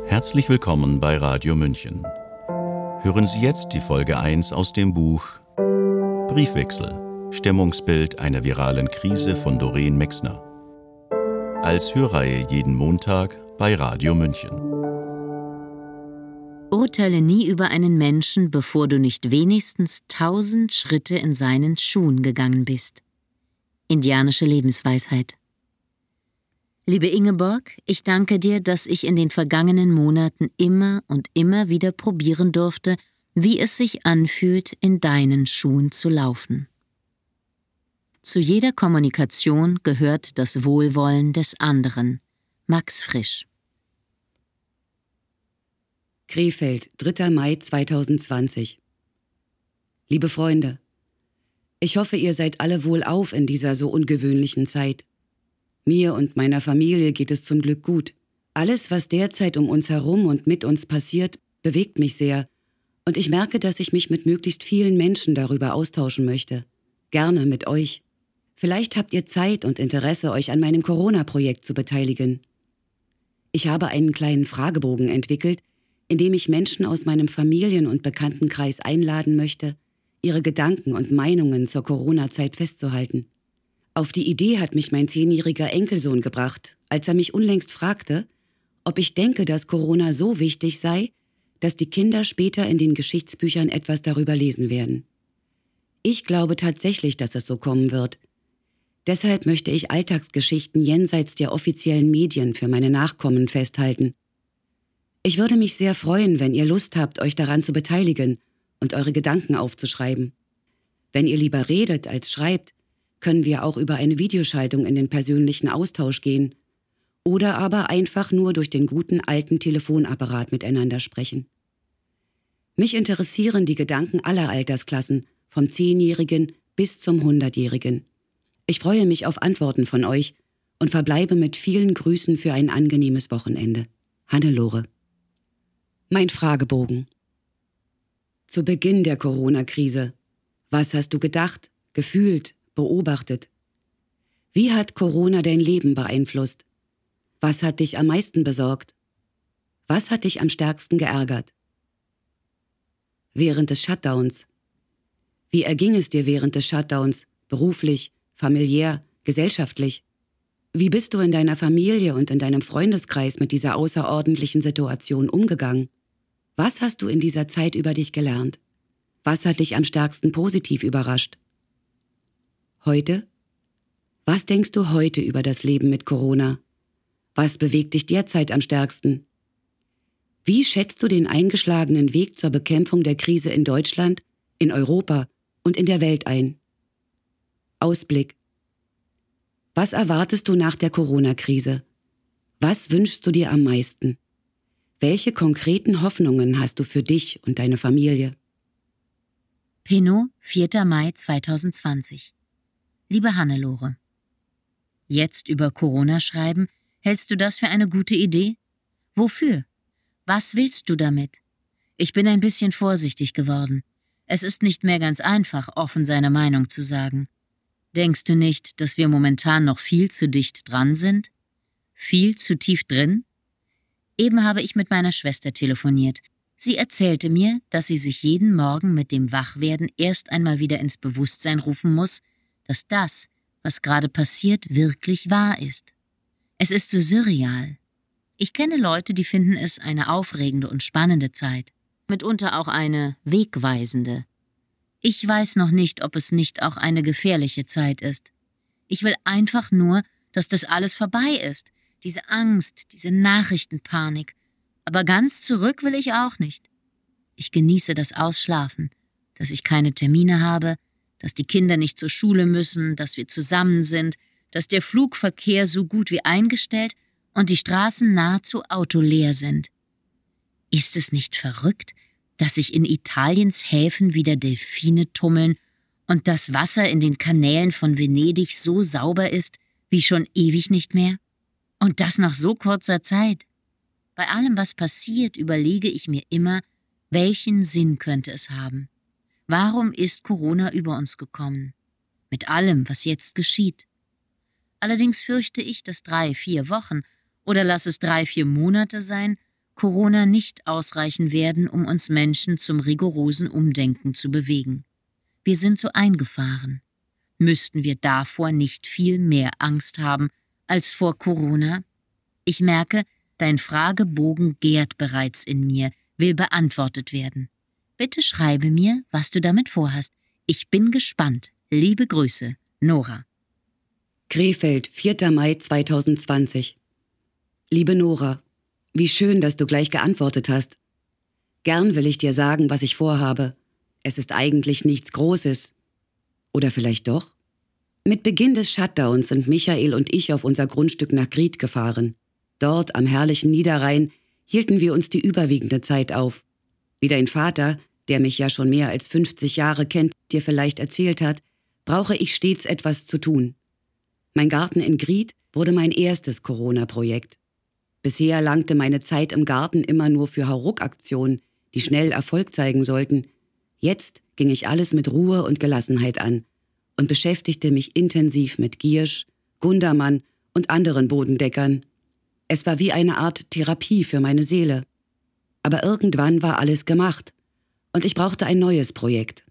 Herzlich willkommen bei Radio München. Hören Sie jetzt die Folge 1 aus dem Buch Briefwechsel – Stimmungsbild einer viralen Krise von Doreen Mexner. Als Hörreihe jeden Montag bei Radio München. Urteile nie über einen Menschen, bevor du nicht wenigstens 1000 Schritte in seinen Schuhen gegangen bist. Indianische Lebensweisheit. Liebe Ingeborg, ich danke dir, dass ich in den vergangenen Monaten immer und immer wieder probieren durfte, wie es sich anfühlt, in deinen Schuhen zu laufen. Zu jeder Kommunikation gehört das Wohlwollen des anderen. Max Frisch. Krefeld, 3. Mai 2020. Liebe Freunde, ich hoffe, ihr seid alle wohlauf in dieser so ungewöhnlichen Zeit. Mir und meiner Familie geht es zum Glück gut. Alles, was derzeit um uns herum und mit uns passiert, bewegt mich sehr. Und ich merke, dass ich mich mit möglichst vielen Menschen darüber austauschen möchte. Gerne mit euch. Vielleicht habt ihr Zeit und Interesse, euch an meinem Corona-Projekt zu beteiligen. Ich habe einen kleinen Fragebogen entwickelt, in dem ich Menschen aus meinem Familien- und Bekanntenkreis einladen möchte, ihre Gedanken und Meinungen zur Corona-Zeit festzuhalten. Auf die Idee hat mich mein 10-jähriger Enkelsohn gebracht, als er mich unlängst fragte, ob ich denke, dass Corona so wichtig sei, dass die Kinder später in den Geschichtsbüchern etwas darüber lesen werden. Ich glaube tatsächlich, dass es so kommen wird. Deshalb möchte ich Alltagsgeschichten jenseits der offiziellen Medien für meine Nachkommen festhalten. Ich würde mich sehr freuen, wenn ihr Lust habt, euch daran zu beteiligen und eure Gedanken aufzuschreiben. Wenn ihr lieber redet als schreibt, können wir auch über eine Videoschaltung in den persönlichen Austausch gehen oder aber einfach nur durch den guten alten Telefonapparat miteinander sprechen. Mich interessieren die Gedanken aller Altersklassen, vom 10-Jährigen bis zum 100-Jährigen. Ich freue mich auf Antworten von euch und verbleibe mit vielen Grüßen für ein angenehmes Wochenende. Hannelore. Mein Fragebogen. Zu Beginn der Corona-Krise. Was hast du gedacht, gefühlt, beobachtet? Wie hat Corona dein Leben beeinflusst? Was hat dich am meisten besorgt? Was hat dich am stärksten geärgert? Während des Shutdowns. Wie erging es dir während des Shutdowns, beruflich, familiär, gesellschaftlich? Wie bist du in deiner Familie und in deinem Freundeskreis mit dieser außerordentlichen Situation umgegangen? Was hast du in dieser Zeit über dich gelernt? Was hat dich am stärksten positiv überrascht? Heute? Was denkst du heute über das Leben mit Corona? Was bewegt dich derzeit am stärksten? Wie schätzt du den eingeschlagenen Weg zur Bekämpfung der Krise in Deutschland, in Europa und in der Welt ein? Ausblick. Was erwartest du nach der Corona-Krise? Was wünschst du dir am meisten? Welche konkreten Hoffnungen hast du für dich und deine Familie? Pennow, 4. Mai 2020. Liebe Hannelore, jetzt über Corona schreiben, hältst du das für eine gute Idee? Wofür? Was willst du damit? Ich bin ein bisschen vorsichtig geworden. Es ist nicht mehr ganz einfach, offen seine Meinung zu sagen. Denkst du nicht, dass wir momentan noch viel zu dicht dran sind? Viel zu tief drin? Eben habe ich mit meiner Schwester telefoniert. Sie erzählte mir, dass sie sich jeden Morgen mit dem Wachwerden erst einmal wieder ins Bewusstsein rufen muss, dass das, was gerade passiert, wirklich wahr ist. Es ist so surreal. Ich kenne Leute, die finden es eine aufregende und spannende Zeit, mitunter auch eine wegweisende. Ich weiß noch nicht, ob es nicht auch eine gefährliche Zeit ist. Ich will einfach nur, dass das alles vorbei ist, diese Angst, diese Nachrichtenpanik. Aber ganz zurück will ich auch nicht. Ich genieße das Ausschlafen, dass ich keine Termine habe, dass die Kinder nicht zur Schule müssen, dass wir zusammen sind, dass der Flugverkehr so gut wie eingestellt und die Straßen nahezu autoleer sind. Ist es nicht verrückt, dass sich in Italiens Häfen wieder Delfine tummeln und das Wasser in den Kanälen von Venedig so sauber ist wie schon ewig nicht mehr? Und das nach so kurzer Zeit. Bei allem, was passiert, überlege ich mir immer, welchen Sinn könnte es haben? Warum ist Corona über uns gekommen? Mit allem, was jetzt geschieht. Allerdings fürchte ich, dass 3-4 Wochen oder lass es 3-4 Monate sein, Corona nicht ausreichen werden, um uns Menschen zum rigorosen Umdenken zu bewegen. Wir sind so eingefahren. Müssten wir davor nicht viel mehr Angst haben als vor Corona? Ich merke, dein Fragebogen gärt bereits in mir, will beantwortet werden. Bitte schreibe mir, was du damit vorhast. Ich bin gespannt. Liebe Grüße, Nora. Krefeld, 4. Mai 2020. Liebe Nora, wie schön, dass du gleich geantwortet hast. Gern will ich dir sagen, was ich vorhabe. Es ist eigentlich nichts Großes. Oder vielleicht doch? Mit Beginn des Shutdowns sind Michael und ich auf unser Grundstück nach Grieth gefahren. Dort am herrlichen Niederrhein hielten wir uns die überwiegende Zeit auf. Wie dein Vater, der mich ja schon mehr als 50 Jahre kennt, dir vielleicht erzählt hat, brauche ich stets etwas zu tun. Mein Garten in Grieth wurde mein erstes Corona-Projekt. Bisher langte meine Zeit im Garten immer nur für Hauruck-Aktionen, die schnell Erfolg zeigen sollten. Jetzt ging ich alles mit Ruhe und Gelassenheit an und beschäftigte mich intensiv mit Giersch, Gundermann und anderen Bodendeckern. Es war wie eine Art Therapie für meine Seele. Aber irgendwann war alles gemacht und ich brauchte ein neues Projekt.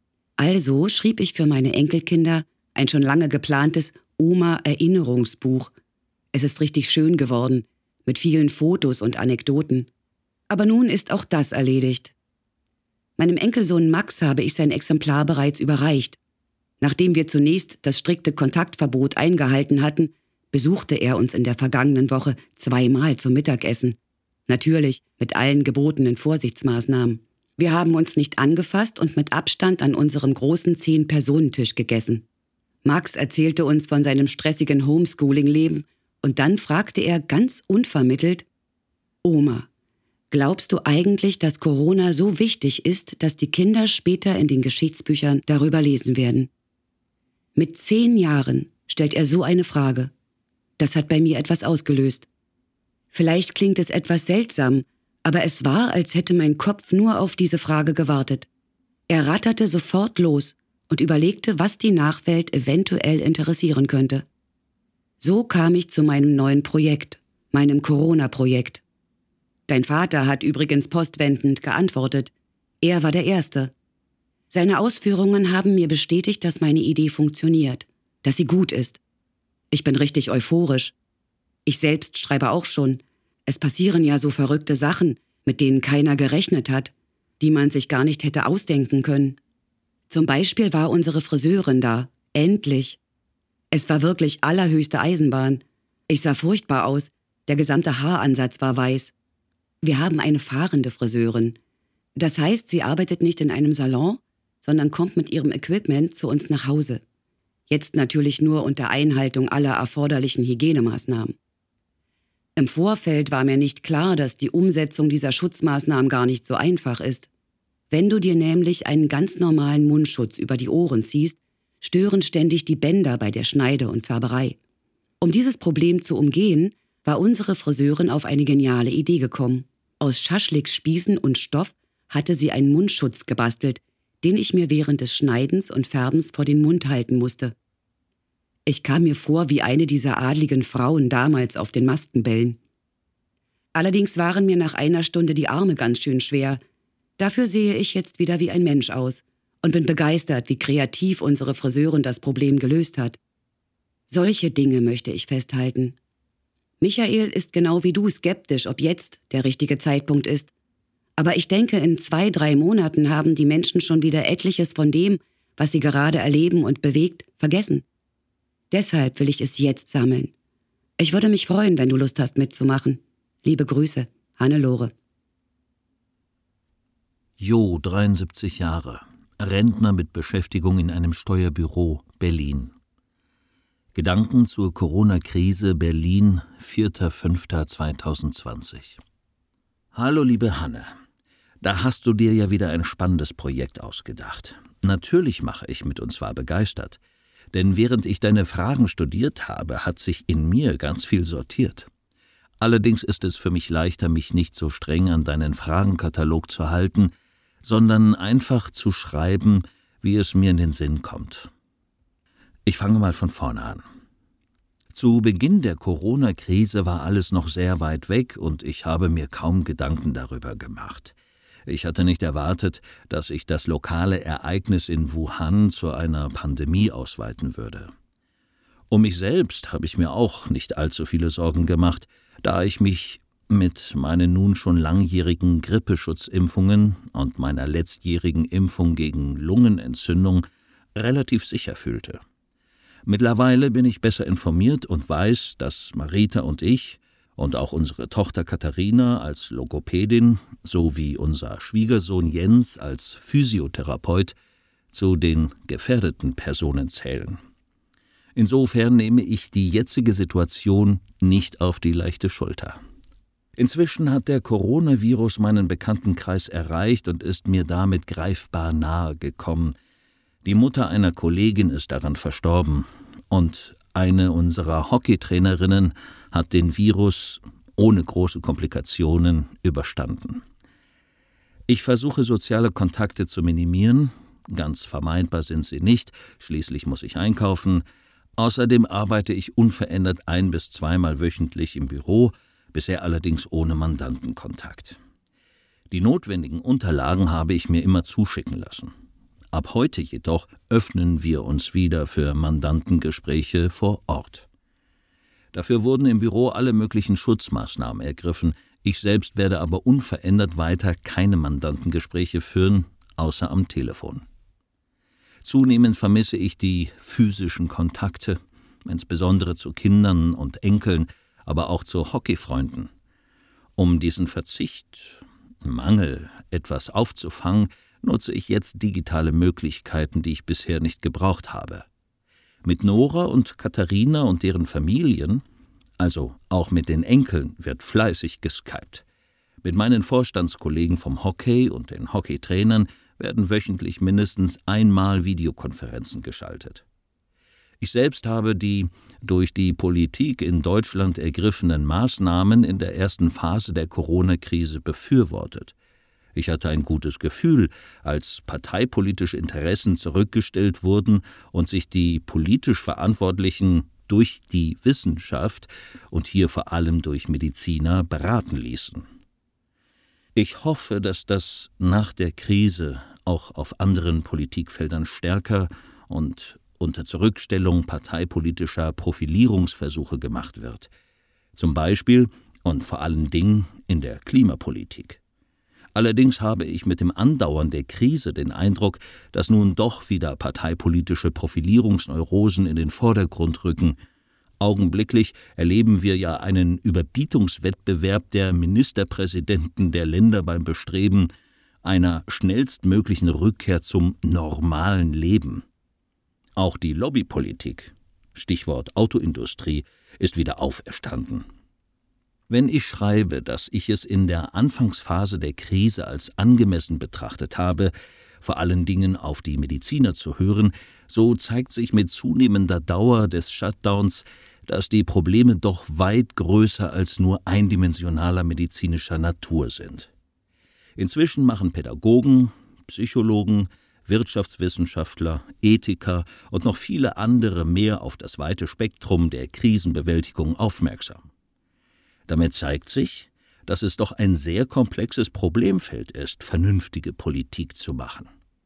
Also schrieb ich für meine Enkelkinder ein schon lange geplantes Oma-Erinnerungsbuch. Es ist richtig schön geworden, mit vielen Fotos und Anekdoten. Aber nun ist auch das erledigt. Meinem Enkelsohn Max habe ich sein Exemplar bereits überreicht. Nachdem wir zunächst das strikte Kontaktverbot eingehalten hatten, besuchte er uns in der vergangenen Woche 2-mal zum Mittagessen. Natürlich mit allen gebotenen Vorsichtsmaßnahmen. Wir haben uns nicht angefasst und mit Abstand an unserem großen 10-Personen-Tisch gegessen. Max erzählte uns von seinem stressigen Homeschooling-Leben und dann fragte er ganz unvermittelt: Oma, glaubst du eigentlich, dass Corona so wichtig ist, dass die Kinder später in den Geschichtsbüchern darüber lesen werden? Mit 10 Jahren stellt er so eine Frage. Das hat bei mir etwas ausgelöst. Vielleicht klingt es etwas seltsam, aber es war, als hätte mein Kopf nur auf diese Frage gewartet. Er ratterte sofort los und überlegte, was die Nachwelt eventuell interessieren könnte. So kam ich zu meinem neuen Projekt, meinem Corona-Projekt. Dein Vater hat übrigens postwendend geantwortet. Er war der Erste. Seine Ausführungen haben mir bestätigt, dass meine Idee funktioniert, dass sie gut ist. Ich bin richtig euphorisch. Ich selbst schreibe auch schon. Es passieren ja so verrückte Sachen, mit denen keiner gerechnet hat, die man sich gar nicht hätte ausdenken können. Zum Beispiel war unsere Friseurin da. Endlich. Es war wirklich allerhöchste Eisenbahn. Ich sah furchtbar aus. Der gesamte Haaransatz war weiß. Wir haben eine fahrende Friseurin. Das heißt, sie arbeitet nicht in einem Salon, sondern kommt mit ihrem Equipment zu uns nach Hause. Jetzt natürlich nur unter Einhaltung aller erforderlichen Hygienemaßnahmen. Im Vorfeld war mir nicht klar, dass die Umsetzung dieser Schutzmaßnahmen gar nicht so einfach ist. Wenn du dir nämlich einen ganz normalen Mundschutz über die Ohren ziehst, stören ständig die Bänder bei der Schneide und Färberei. Um dieses Problem zu umgehen, war unsere Friseurin auf eine geniale Idee gekommen. Aus Schaschlikspießen und Stoff hatte sie einen Mundschutz gebastelt, den ich mir während des Schneidens und Färbens vor den Mund halten musste. Ich kam mir vor wie eine dieser adligen Frauen damals auf den Maskenbällen. Allerdings waren mir nach einer Stunde die Arme ganz schön schwer. Dafür sehe ich jetzt wieder wie ein Mensch aus und bin begeistert, wie kreativ unsere Friseurin das Problem gelöst hat. Solche Dinge möchte ich festhalten. Michael ist genau wie du skeptisch, ob jetzt der richtige Zeitpunkt ist. Aber ich denke, in 2-3 Monaten haben die Menschen schon wieder etliches von dem, was sie gerade erleben und bewegt, vergessen. Deshalb will ich es jetzt sammeln. Ich würde mich freuen, wenn du Lust hast mitzumachen. Liebe Grüße, Hannelore. Jo, 73 Jahre, Rentner mit Beschäftigung in einem Steuerbüro, Berlin. Gedanken zur Corona-Krise, Berlin, 4.5.2020. Hallo liebe Hanne, da hast du dir ja wieder ein spannendes Projekt ausgedacht. Natürlich mache ich mit und zwar begeistert, denn während ich deine Fragen studiert habe, hat sich in mir ganz viel sortiert. Allerdings ist es für mich leichter, mich nicht so streng an deinen Fragenkatalog zu halten, sondern einfach zu schreiben, wie es mir in den Sinn kommt. Ich fange mal von vorne an. Zu Beginn der Corona-Krise war alles noch sehr weit weg und ich habe mir kaum Gedanken darüber gemacht. Ich hatte nicht erwartet, dass sich das lokale Ereignis in Wuhan zu einer Pandemie ausweiten würde. Um mich selbst habe ich mir auch nicht allzu viele Sorgen gemacht, da ich mich mit meinen nun schon langjährigen Grippeschutzimpfungen und meiner letztjährigen Impfung gegen Lungenentzündung relativ sicher fühlte. Mittlerweile bin ich besser informiert und weiß, dass Marita und ich und auch unsere Tochter Katharina als Logopädin sowie unser Schwiegersohn Jens als Physiotherapeut zu den gefährdeten Personen zählen. Insofern nehme ich die jetzige Situation nicht auf die leichte Schulter. Inzwischen hat der Coronavirus meinen Bekanntenkreis erreicht und ist mir damit greifbar nahe gekommen. Die Mutter einer Kollegin ist daran verstorben und eine unserer Hockeytrainerinnen hat den Virus ohne große Komplikationen überstanden. Ich versuche, soziale Kontakte zu minimieren. Ganz vermeidbar sind sie nicht, schließlich muss ich einkaufen. Außerdem arbeite ich unverändert 1- bis 2-mal wöchentlich im Büro, bisher allerdings ohne Mandantenkontakt. Die notwendigen Unterlagen habe ich mir immer zuschicken lassen. Ab heute jedoch öffnen wir uns wieder für Mandantengespräche vor Ort. Dafür wurden im Büro alle möglichen Schutzmaßnahmen ergriffen. Ich selbst werde aber unverändert weiter keine Mandantengespräche führen, außer am Telefon. Zunehmend vermisse ich die physischen Kontakte, insbesondere zu Kindern und Enkeln, aber auch zu Hockeyfreunden. Um diesen Mangel etwas aufzufangen, nutze ich jetzt digitale Möglichkeiten, die ich bisher nicht gebraucht habe. Mit Nora und Katharina und deren Familien, also auch mit den Enkeln, wird fleißig geskypt. Mit meinen Vorstandskollegen vom Hockey und den Hockeytrainern werden wöchentlich mindestens einmal Videokonferenzen geschaltet. Ich selbst habe die durch die Politik in Deutschland ergriffenen Maßnahmen in der ersten Phase der Corona-Krise befürwortet. Ich hatte ein gutes Gefühl, als parteipolitische Interessen zurückgestellt wurden und sich die politisch Verantwortlichen durch die Wissenschaft und hier vor allem durch Mediziner beraten ließen. Ich hoffe, dass das nach der Krise auch auf anderen Politikfeldern stärker und unter Zurückstellung parteipolitischer Profilierungsversuche gemacht wird. Zum Beispiel und vor allen Dingen in der Klimapolitik. Allerdings habe ich mit dem Andauern der Krise den Eindruck, dass nun doch wieder parteipolitische Profilierungsneurosen in den Vordergrund rücken. Augenblicklich erleben wir ja einen Überbietungswettbewerb der Ministerpräsidenten der Länder beim Bestreben einer schnellstmöglichen Rückkehr zum normalen Leben. Auch die Lobbypolitik, Stichwort Autoindustrie, ist wieder auferstanden. Wenn ich schreibe, dass ich es in der Anfangsphase der Krise als angemessen betrachtet habe, vor allen Dingen auf die Mediziner zu hören, so zeigt sich mit zunehmender Dauer des Shutdowns, dass die Probleme doch weit größer als nur eindimensionaler medizinischer Natur sind. Inzwischen machen Pädagogen, Psychologen, Wirtschaftswissenschaftler, Ethiker und noch viele andere mehr auf das weite Spektrum der Krisenbewältigung aufmerksam. Damit zeigt sich, dass es doch ein sehr komplexes Problemfeld ist, vernünftige Politik zu machen.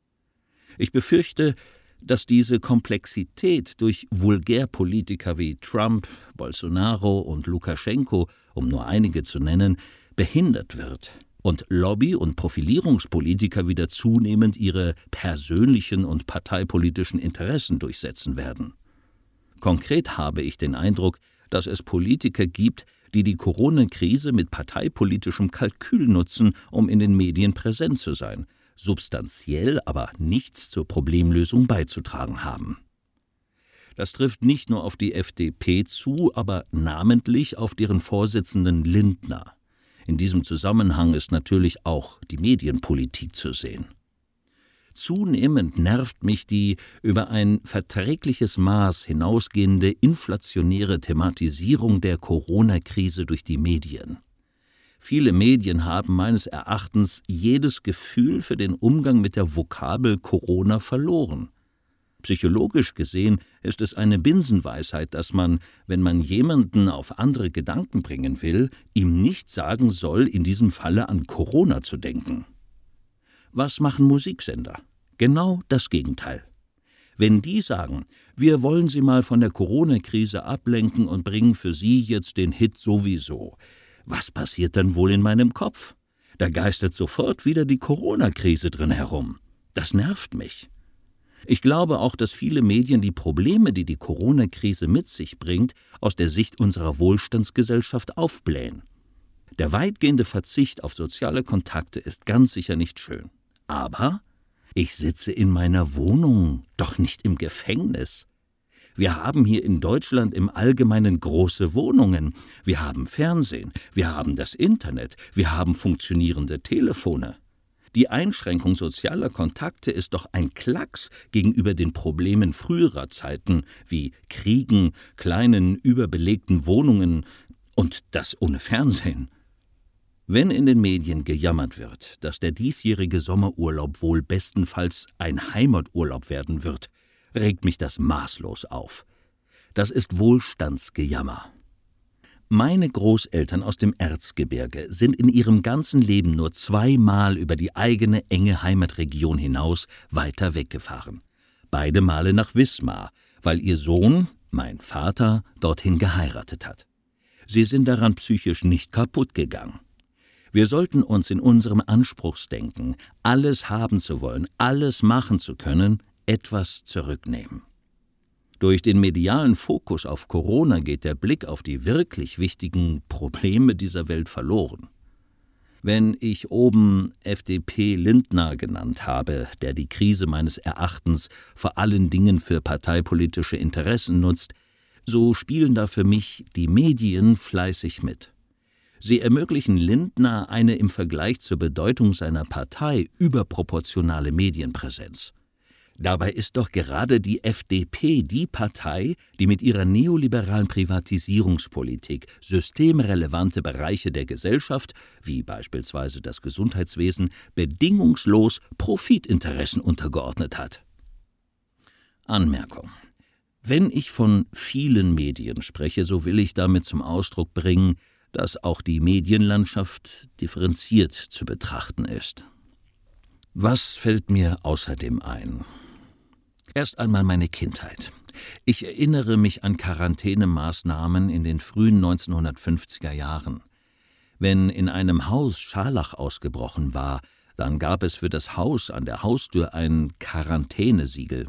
Ich befürchte, dass diese Komplexität durch Vulgärpolitiker wie Trump, Bolsonaro und Lukaschenko, um nur einige zu nennen, behindert wird und Lobby- und Profilierungspolitiker wieder zunehmend ihre persönlichen und parteipolitischen Interessen durchsetzen werden. Konkret habe ich den Eindruck, dass es Politiker gibt, die die Corona-Krise mit parteipolitischem Kalkül nutzen, um in den Medien präsent zu sein, substanziell aber nichts zur Problemlösung beizutragen haben. Das trifft nicht nur auf die FDP zu, aber namentlich auf deren Vorsitzenden Lindner. In diesem Zusammenhang ist natürlich auch die Medienpolitik zu sehen. Zunehmend nervt mich die über ein verträgliches Maß hinausgehende inflationäre Thematisierung der Corona-Krise durch die Medien. Viele Medien haben meines Erachtens jedes Gefühl für den Umgang mit der Vokabel Corona verloren. Psychologisch gesehen ist es eine Binsenweisheit, dass man, wenn man jemanden auf andere Gedanken bringen will, ihm nicht sagen soll, in diesem Falle an Corona zu denken. Was machen Musiksender? Genau das Gegenteil. Wenn die sagen, wir wollen Sie mal von der Corona-Krise ablenken und bringen für Sie jetzt den Hit sowieso, was passiert dann wohl in meinem Kopf? Da geistert sofort wieder die Corona-Krise drin herum. Das nervt mich. Ich glaube auch, dass viele Medien die Probleme, die die Corona-Krise mit sich bringt, aus der Sicht unserer Wohlstandsgesellschaft aufblähen. Der weitgehende Verzicht auf soziale Kontakte ist ganz sicher nicht schön. Aber ich sitze in meiner Wohnung, doch nicht im Gefängnis. Wir haben hier in Deutschland im Allgemeinen große Wohnungen. Wir haben Fernsehen, wir haben das Internet, wir haben funktionierende Telefone. Die Einschränkung sozialer Kontakte ist doch ein Klacks gegenüber den Problemen früherer Zeiten, wie Kriegen, kleinen, überbelegten Wohnungen und das ohne Fernsehen. Wenn in den Medien gejammert wird, dass der diesjährige Sommerurlaub wohl bestenfalls ein Heimaturlaub werden wird, regt mich das maßlos auf. Das ist Wohlstandsgejammer. Meine Großeltern aus dem Erzgebirge sind in ihrem ganzen Leben nur 2-mal über die eigene enge Heimatregion hinaus weiter weggefahren. Beide Male nach Wismar, weil ihr Sohn, mein Vater, dorthin geheiratet hat. Sie sind daran psychisch nicht kaputt gegangen. Wir sollten uns in unserem Anspruchsdenken, alles haben zu wollen, alles machen zu können, etwas zurücknehmen. Durch den medialen Fokus auf Corona geht der Blick auf die wirklich wichtigen Probleme dieser Welt verloren. Wenn ich oben FDP Lindner genannt habe, der die Krise meines Erachtens vor allen Dingen für parteipolitische Interessen nutzt, so spielen da für mich die Medien fleißig mit. Sie ermöglichen Lindner eine im Vergleich zur Bedeutung seiner Partei überproportionale Medienpräsenz. Dabei ist doch gerade die FDP die Partei, die mit ihrer neoliberalen Privatisierungspolitik systemrelevante Bereiche der Gesellschaft, wie beispielsweise das Gesundheitswesen, bedingungslos Profitinteressen untergeordnet hat. Anmerkung: Wenn ich von vielen Medien spreche, so will ich damit zum Ausdruck bringen, dass auch die Medienlandschaft differenziert zu betrachten ist. Was fällt mir außerdem ein? Erst einmal meine Kindheit. Ich erinnere mich an Quarantänemaßnahmen in den frühen 1950er Jahren. Wenn in einem Haus Scharlach ausgebrochen war, dann gab es für das Haus an der Haustür ein Quarantänesiegel.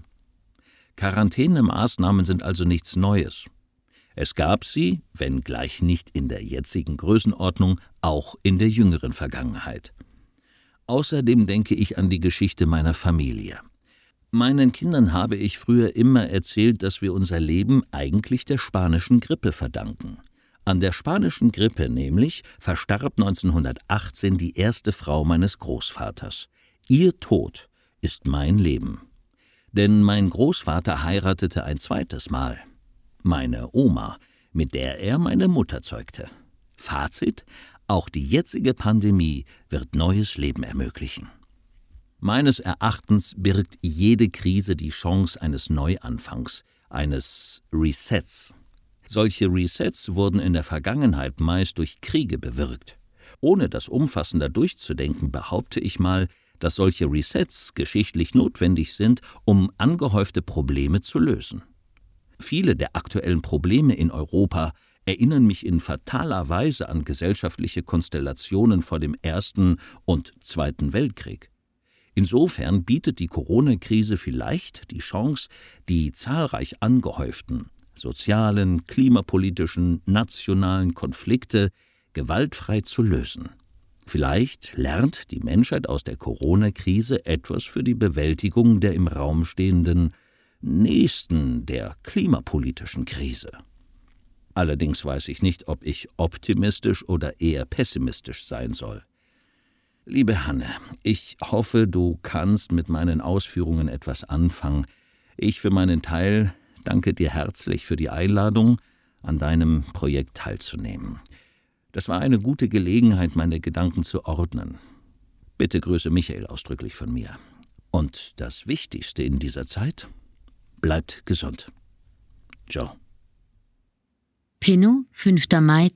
Quarantänemaßnahmen sind also nichts Neues. Es gab sie, wenngleich nicht in der jetzigen Größenordnung, auch in der jüngeren Vergangenheit. Außerdem denke ich an die Geschichte meiner Familie. Meinen Kindern habe ich früher immer erzählt, dass wir unser Leben eigentlich der spanischen Grippe verdanken. An der spanischen Grippe nämlich verstarb 1918 die erste Frau meines Großvaters. Ihr Tod ist mein Leben. Denn mein Großvater heiratete ein zweites Mal. Meine Oma, mit der er meine Mutter zeugte. Fazit: Auch die jetzige Pandemie wird neues Leben ermöglichen. Meines Erachtens birgt jede Krise die Chance eines Neuanfangs, eines Resets. Solche Resets wurden in der Vergangenheit meist durch Kriege bewirkt. Ohne das umfassender durchzudenken, behaupte ich mal, dass solche Resets geschichtlich notwendig sind, um angehäufte Probleme zu lösen. Viele der aktuellen Probleme in Europa erinnern mich in fataler Weise an gesellschaftliche Konstellationen vor dem Ersten und Zweiten Weltkrieg. Insofern bietet die Corona-Krise vielleicht die Chance, die zahlreich angehäuften sozialen, klimapolitischen, nationalen Konflikte gewaltfrei zu lösen. Vielleicht lernt die Menschheit aus der Corona-Krise etwas für die Bewältigung der im Raum stehenden nächsten, der klimapolitischen Krise. Allerdings weiß ich nicht, ob ich optimistisch oder eher pessimistisch sein soll. Liebe Hanne, ich hoffe, du kannst mit meinen Ausführungen etwas anfangen. Ich für meinen Teil danke dir herzlich für die Einladung, an deinem Projekt teilzunehmen. Das war eine gute Gelegenheit, meine Gedanken zu ordnen. Bitte grüße Michael ausdrücklich von mir. Und das Wichtigste in dieser Zeit: Bleibt gesund. Joe. Pinnow, 5. Mai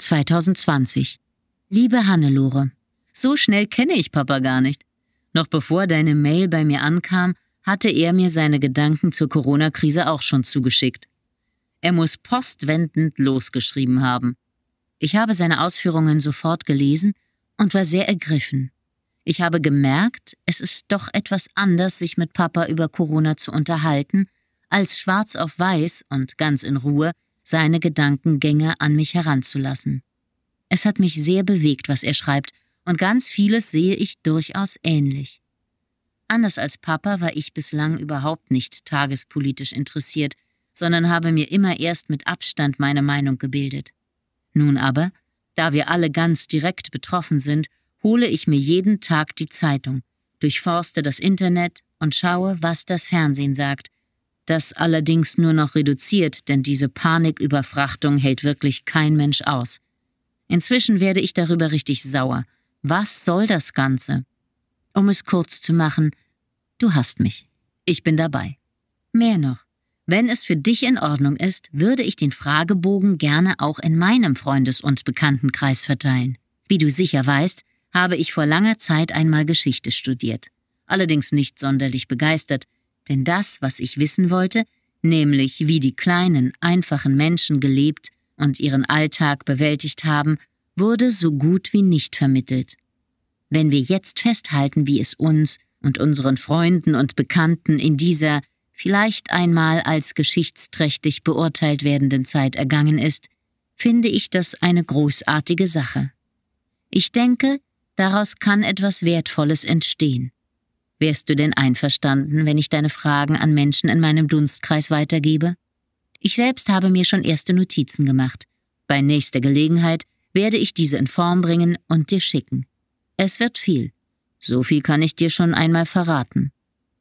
2020. Liebe Hannelore, so schnell kenne ich Papa gar nicht. Noch bevor deine Mail bei mir ankam, hatte er mir seine Gedanken zur Corona-Krise auch schon zugeschickt. Er muss postwendend losgeschrieben haben. Ich habe seine Ausführungen sofort gelesen und war sehr ergriffen. Ich habe gemerkt, es ist doch etwas anders, sich mit Papa über Corona zu unterhalten, als schwarz auf weiß und ganz in Ruhe seine Gedankengänge an mich heranzulassen. Es hat mich sehr bewegt, was er schreibt, und ganz vieles sehe ich durchaus ähnlich. Anders als Papa war ich bislang überhaupt nicht tagespolitisch interessiert, sondern habe mir immer erst mit Abstand meine Meinung gebildet. Nun aber, da wir alle ganz direkt betroffen sind, hole ich mir jeden Tag die Zeitung, durchforste das Internet und schaue, was das Fernsehen sagt. Das allerdings nur noch reduziert, denn diese Paniküberfrachtung hält wirklich kein Mensch aus. Inzwischen werde ich darüber richtig sauer. Was soll das Ganze? Um es kurz zu machen, du hast mich. Ich bin dabei. Mehr noch. Wenn es für dich in Ordnung ist, würde ich den Fragebogen gerne auch in meinem Freundes- und Bekanntenkreis verteilen. Wie du sicher weißt, habe ich vor langer Zeit einmal Geschichte studiert. Allerdings nicht sonderlich begeistert, denn das, was ich wissen wollte, nämlich wie die kleinen, einfachen Menschen gelebt und ihren Alltag bewältigt haben, wurde so gut wie nicht vermittelt. Wenn wir jetzt festhalten, wie es uns und unseren Freunden und Bekannten in dieser vielleicht einmal als geschichtsträchtig beurteilt werdenden Zeit ergangen ist, finde ich das eine großartige Sache. Ich denke, daraus kann etwas Wertvolles entstehen. Wärst du denn einverstanden, wenn ich deine Fragen an Menschen in meinem Dunstkreis weitergebe? Ich selbst habe mir schon erste Notizen gemacht. Bei nächster Gelegenheit werde ich diese in Form bringen und dir schicken. Es wird viel. So viel kann ich dir schon einmal verraten.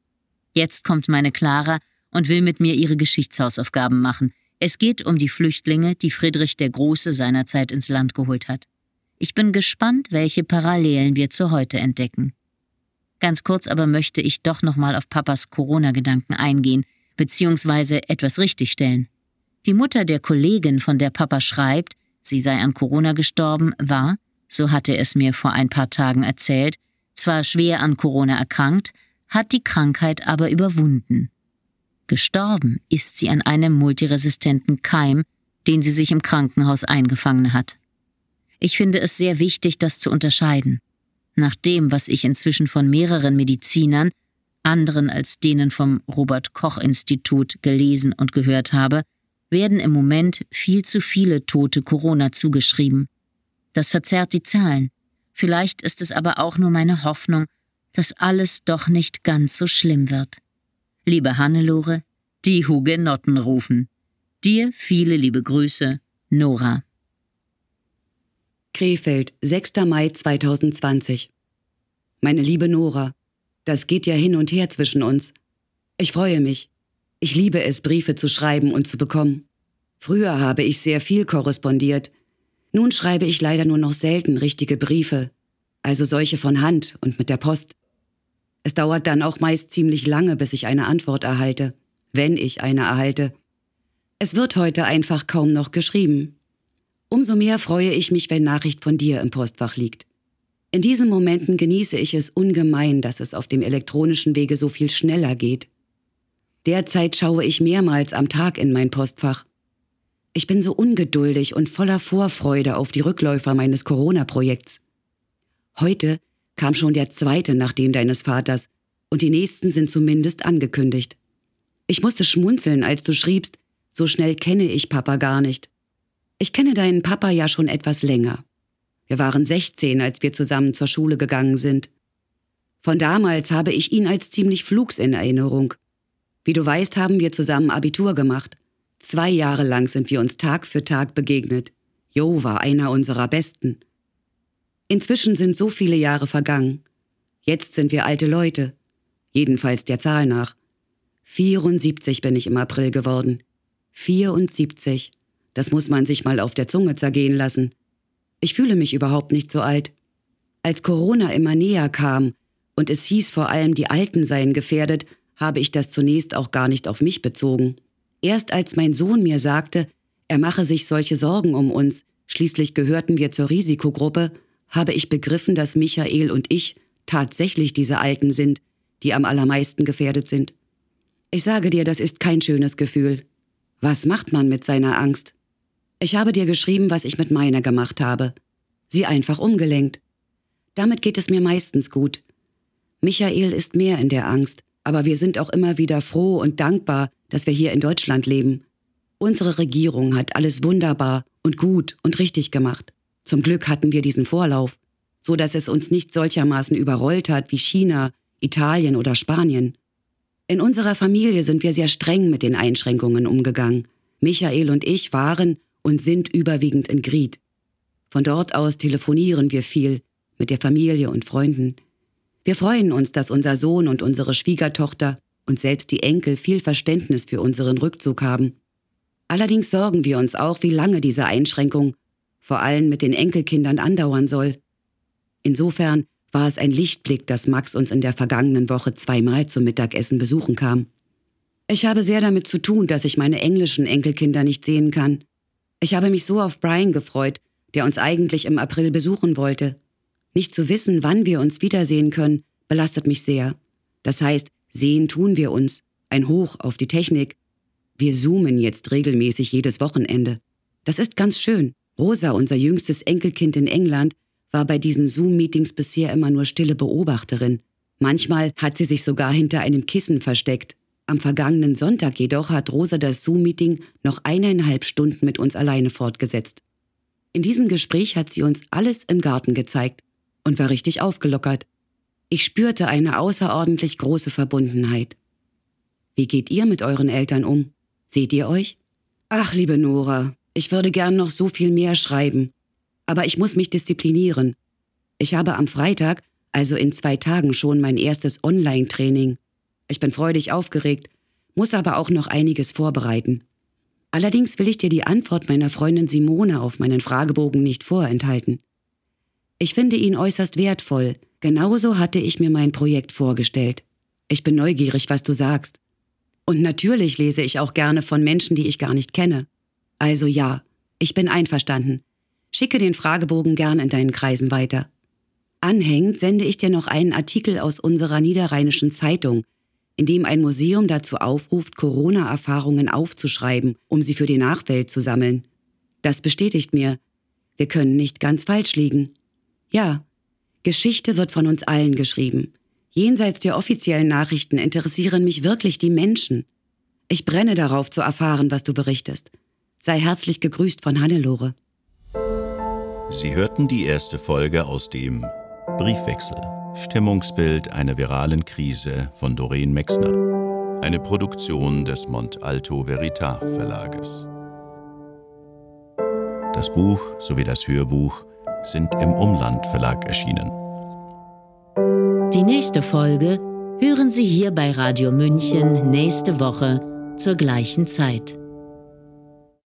Jetzt kommt meine Clara und will mit mir ihre Geschichtshausaufgaben machen. Es geht um die Flüchtlinge, die Friedrich der Große seinerzeit ins Land geholt hat. Ich bin gespannt, welche Parallelen wir zu heute entdecken. Ganz kurz aber möchte ich doch nochmal auf Papas Corona-Gedanken eingehen, beziehungsweise etwas richtigstellen. Die Mutter der Kollegin, von der Papa schreibt, sie sei an Corona gestorben, war, so hatte er es mir vor ein paar Tagen erzählt, zwar schwer an Corona erkrankt, hat die Krankheit aber überwunden. Gestorben ist sie an einem multiresistenten Keim, den sie sich im Krankenhaus eingefangen hat. Ich finde es sehr wichtig, das zu unterscheiden. Nach dem, was ich inzwischen von mehreren Medizinern, anderen als denen vom Robert-Koch-Institut gelesen und gehört habe, werden im Moment viel zu viele Tote Corona zugeschrieben. Das verzerrt die Zahlen. Vielleicht ist es aber auch nur meine Hoffnung, dass alles doch nicht ganz so schlimm wird. Liebe Hannelore, die Hugenotten rufen. Dir viele liebe Grüße, Nora. Krefeld, 6. Mai 2020. Meine liebe Nora, das geht ja hin und her zwischen uns. Ich freue mich. Ich liebe es, Briefe zu schreiben und zu bekommen. Früher habe ich sehr viel korrespondiert. Nun schreibe ich leider nur noch selten richtige Briefe, also solche von Hand und mit der Post. Es dauert dann auch meist ziemlich lange, bis ich eine Antwort erhalte, wenn ich eine erhalte. Es wird heute einfach kaum noch geschrieben. Umso mehr freue ich mich, wenn Nachricht von dir im Postfach liegt. In diesen Momenten genieße ich es ungemein, dass es auf dem elektronischen Wege so viel schneller geht. Derzeit schaue ich mehrmals am Tag in mein Postfach. Ich bin so ungeduldig und voller Vorfreude auf die Rückläufer meines Corona-Projekts. Heute kam schon der 2. nach dem deines Vaters und die nächsten sind zumindest angekündigt. Ich musste schmunzeln, als du schriebst, so schnell kenne ich Papa gar nicht. Ich kenne deinen Papa ja schon etwas länger. Wir waren 16, als wir zusammen zur Schule gegangen sind. Von damals habe ich ihn als ziemlich flugs in Erinnerung. Wie du weißt, haben wir zusammen Abitur gemacht. 2 Jahre lang sind wir uns Tag für Tag begegnet. Jo war einer unserer Besten. Inzwischen sind so viele Jahre vergangen. Jetzt sind wir alte Leute. Jedenfalls der Zahl nach. 74 bin ich im April geworden. 74. Das muss man sich mal auf der Zunge zergehen lassen. Ich fühle mich überhaupt nicht so alt. Als Corona immer näher kam und es hieß, vor allem die Alten seien gefährdet, habe ich das zunächst auch gar nicht auf mich bezogen. Erst als mein Sohn mir sagte, er mache sich solche Sorgen um uns, schließlich gehörten wir zur Risikogruppe, habe ich begriffen, dass Michael und ich tatsächlich diese Alten sind, die am allermeisten gefährdet sind. Ich sage dir, das ist kein schönes Gefühl. Was macht man mit seiner Angst? Ich habe dir geschrieben, was ich mit meiner gemacht habe. Sie einfach umgelenkt. Damit geht es mir meistens gut. Michael ist mehr in der Angst, aber wir sind auch immer wieder froh und dankbar, dass wir hier in Deutschland leben. Unsere Regierung hat alles wunderbar und gut und richtig gemacht. Zum Glück hatten wir diesen Vorlauf, so dass es uns nicht solchermaßen überrollt hat wie China, Italien oder Spanien. In unserer Familie sind wir sehr streng mit den Einschränkungen umgegangen. Michael und ich waren und sind überwiegend in Gried. Von dort aus telefonieren wir viel mit der Familie und Freunden. Wir freuen uns, dass unser Sohn und unsere Schwiegertochter und selbst die Enkel viel Verständnis für unseren Rückzug haben. Allerdings sorgen wir uns auch, wie lange diese Einschränkung vor allem mit den Enkelkindern andauern soll. Insofern war es ein Lichtblick, dass Max uns in der vergangenen Woche 2-mal zum Mittagessen besuchen kam. Ich habe sehr damit zu tun, dass ich meine englischen Enkelkinder nicht sehen kann. Ich habe mich so auf Brian gefreut, der uns eigentlich im April besuchen wollte. Nicht zu wissen, wann wir uns wiedersehen können, belastet mich sehr. Das heißt, sehen tun wir uns. Ein Hoch auf die Technik. Wir zoomen jetzt regelmäßig jedes Wochenende. Das ist ganz schön. Rosa, unser jüngstes Enkelkind in England, war bei diesen Zoom-Meetings bisher immer nur stille Beobachterin. Manchmal hat sie sich sogar hinter einem Kissen versteckt. Am vergangenen Sonntag jedoch hat Rosa das Zoom-Meeting noch 1,5 Stunden mit uns alleine fortgesetzt. In diesem Gespräch hat sie uns alles im Garten gezeigt und war richtig aufgelockert. Ich spürte eine außerordentlich große Verbundenheit. Wie geht ihr mit euren Eltern um? Seht ihr euch? Ach, liebe Nora, ich würde gern noch so viel mehr schreiben. Aber ich muss mich disziplinieren. Ich habe am Freitag, also in 2 Tagen schon, mein erstes Online-Training. Ich bin freudig aufgeregt, muss aber auch noch einiges vorbereiten. Allerdings will ich dir die Antwort meiner Freundin Simone auf meinen Fragebogen nicht vorenthalten. Ich finde ihn äußerst wertvoll. Genauso hatte ich mir mein Projekt vorgestellt. Ich bin neugierig, was du sagst. Und natürlich lese ich auch gerne von Menschen, die ich gar nicht kenne. Also ja, ich bin einverstanden. Schicke den Fragebogen gern in deinen Kreisen weiter. Anhängend sende ich dir noch einen Artikel aus unserer Niederrheinischen Zeitung, in dem ein Museum dazu aufruft, Corona-Erfahrungen aufzuschreiben, um sie für die Nachwelt zu sammeln. Das bestätigt mir, wir können nicht ganz falsch liegen. Ja, Geschichte wird von uns allen geschrieben. Jenseits der offiziellen Nachrichten interessieren mich wirklich die Menschen. Ich brenne darauf zu erfahren, was du berichtest. Sei herzlich gegrüßt von Hannelore. Sie hörten die erste Folge aus dem Briefwechsel. Stimmungsbild einer viralen Krise von Doreen Mexner. Eine Produktion des Mont Alto Veritas Verlages. Das Buch sowie das Hörbuch sind im Umland Verlag erschienen. Die nächste Folge hören Sie hier bei Radio München nächste Woche zur gleichen Zeit.